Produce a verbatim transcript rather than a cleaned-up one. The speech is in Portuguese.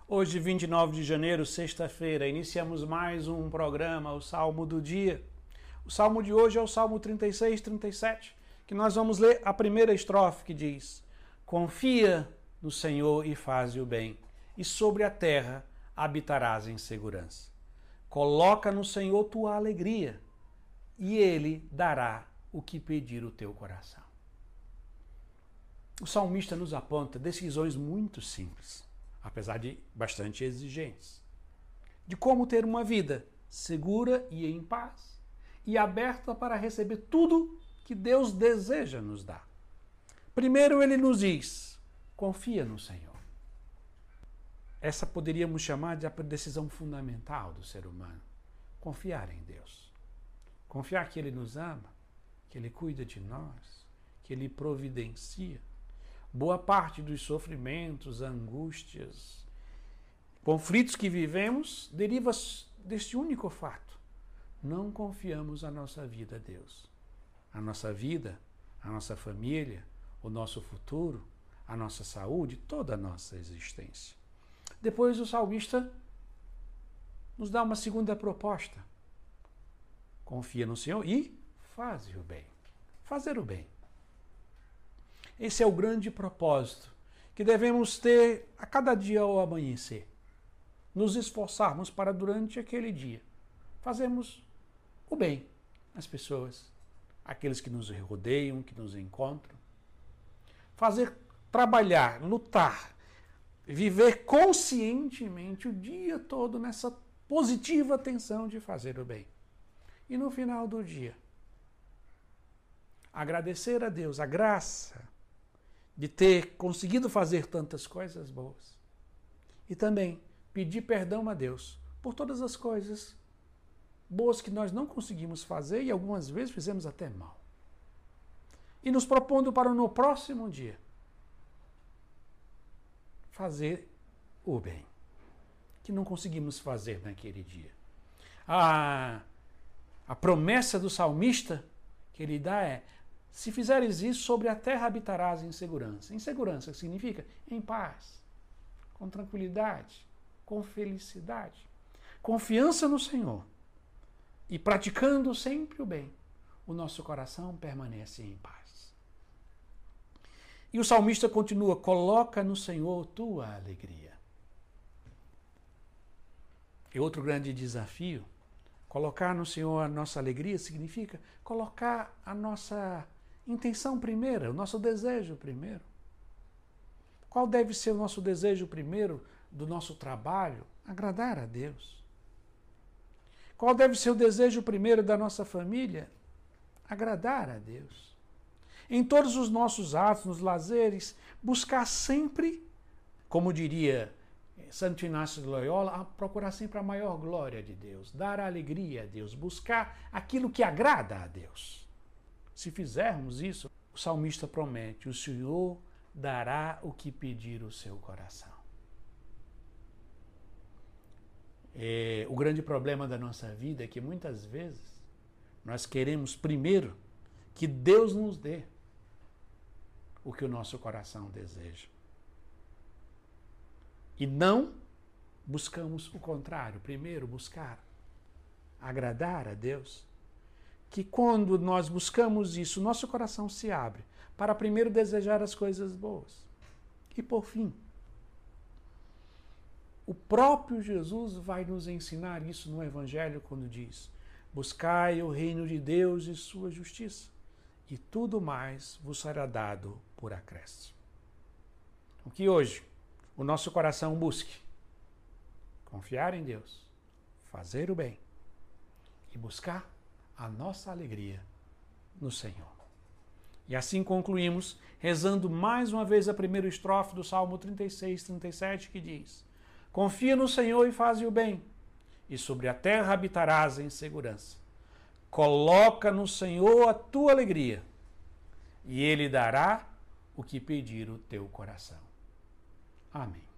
Hoje, vinte e nove de janeiro, sexta-feira, iniciamos mais um programa, o Salmo do Dia. O Salmo de hoje é o Salmo trinta e seis, trinta e sete, que nós vamos ler a primeira estrofe que diz: confia no Senhor e faze o bem, e sobre a terra habitarás em segurança. Coloca no Senhor tua alegria, e Ele dará o que pedir o teu coração. O salmista nos aponta decisões muito simples, apesar de bastante exigentes, de como ter uma vida segura e em paz, e aberta para receber tudo que Deus deseja nos dar. Primeiro ele nos diz: confia no Senhor. Essa poderíamos chamar de a decisão fundamental do ser humano. Confiar em Deus. Confiar que Ele nos ama, que Ele cuida de nós, que Ele providencia. Boa parte dos sofrimentos, angústias, conflitos que vivemos deriva deste único fato: não confiamos a nossa vida a Deus. A nossa vida, a nossa família, o nosso futuro, a nossa saúde, toda a nossa existência. Depois o salmista nos dá uma segunda proposta. Confia no Senhor e faz o bem. Fazer o bem. Esse é o grande propósito que devemos ter a cada dia ao amanhecer. Nos esforçarmos para, durante aquele dia, fazermos o bem às pessoas, àqueles que nos rodeiam, que nos encontram. Fazer, trabalhar, lutar, viver conscientemente o dia todo nessa positiva tensão de fazer o bem. E no final do dia, agradecer a Deus a graça de ter conseguido fazer tantas coisas boas. E também pedir perdão a Deus por todas as coisas boas que nós não conseguimos fazer e algumas vezes fizemos até mal. E nos propondo para no próximo dia fazer o bem, que não conseguimos fazer naquele dia. A, a promessa do salmista que ele dá é: se fizeres isso, sobre a terra habitarás em segurança. Em segurança significa em paz, com tranquilidade, com felicidade, confiança no Senhor. E praticando sempre o bem, o nosso coração permanece em paz. E o salmista continua: coloca no Senhor tua alegria. E outro grande desafio, colocar no Senhor a nossa alegria, significa colocar a nossa intenção primeira, o nosso desejo primeiro. Qual deve ser o nosso desejo primeiro do nosso trabalho? Agradar a Deus. Qual deve ser o desejo primeiro da nossa família? Agradar a Deus. Em todos os nossos atos, nos lazeres, buscar sempre, como diria Santo Inácio de Loyola, procurar sempre a maior glória de Deus, dar a alegria a Deus, buscar aquilo que agrada a Deus. Se fizermos isso, o salmista promete: o Senhor dará o que pedir o seu coração. É, o grande problema da nossa vida é que muitas vezes nós queremos primeiro que Deus nos dê o que o nosso coração deseja. E não buscamos o contrário, primeiro buscar agradar a Deus. Que quando nós buscamos isso, nosso coração se abre para primeiro desejar as coisas boas. E por fim, o próprio Jesus vai nos ensinar isso no Evangelho quando diz: buscai o reino de Deus e sua justiça, e tudo mais vos será dado por acréscimo. O que hoje o nosso coração busque: confiar em Deus, fazer o bem e buscar a nossa alegria no Senhor. E assim concluímos rezando mais uma vez a primeira estrofe do Salmo trinta e seis, trinta e sete, que diz: confia no Senhor e faze o bem, e sobre a terra habitarás em segurança. Coloca no Senhor a tua alegria, e Ele dará o que pedir o teu coração. Amém.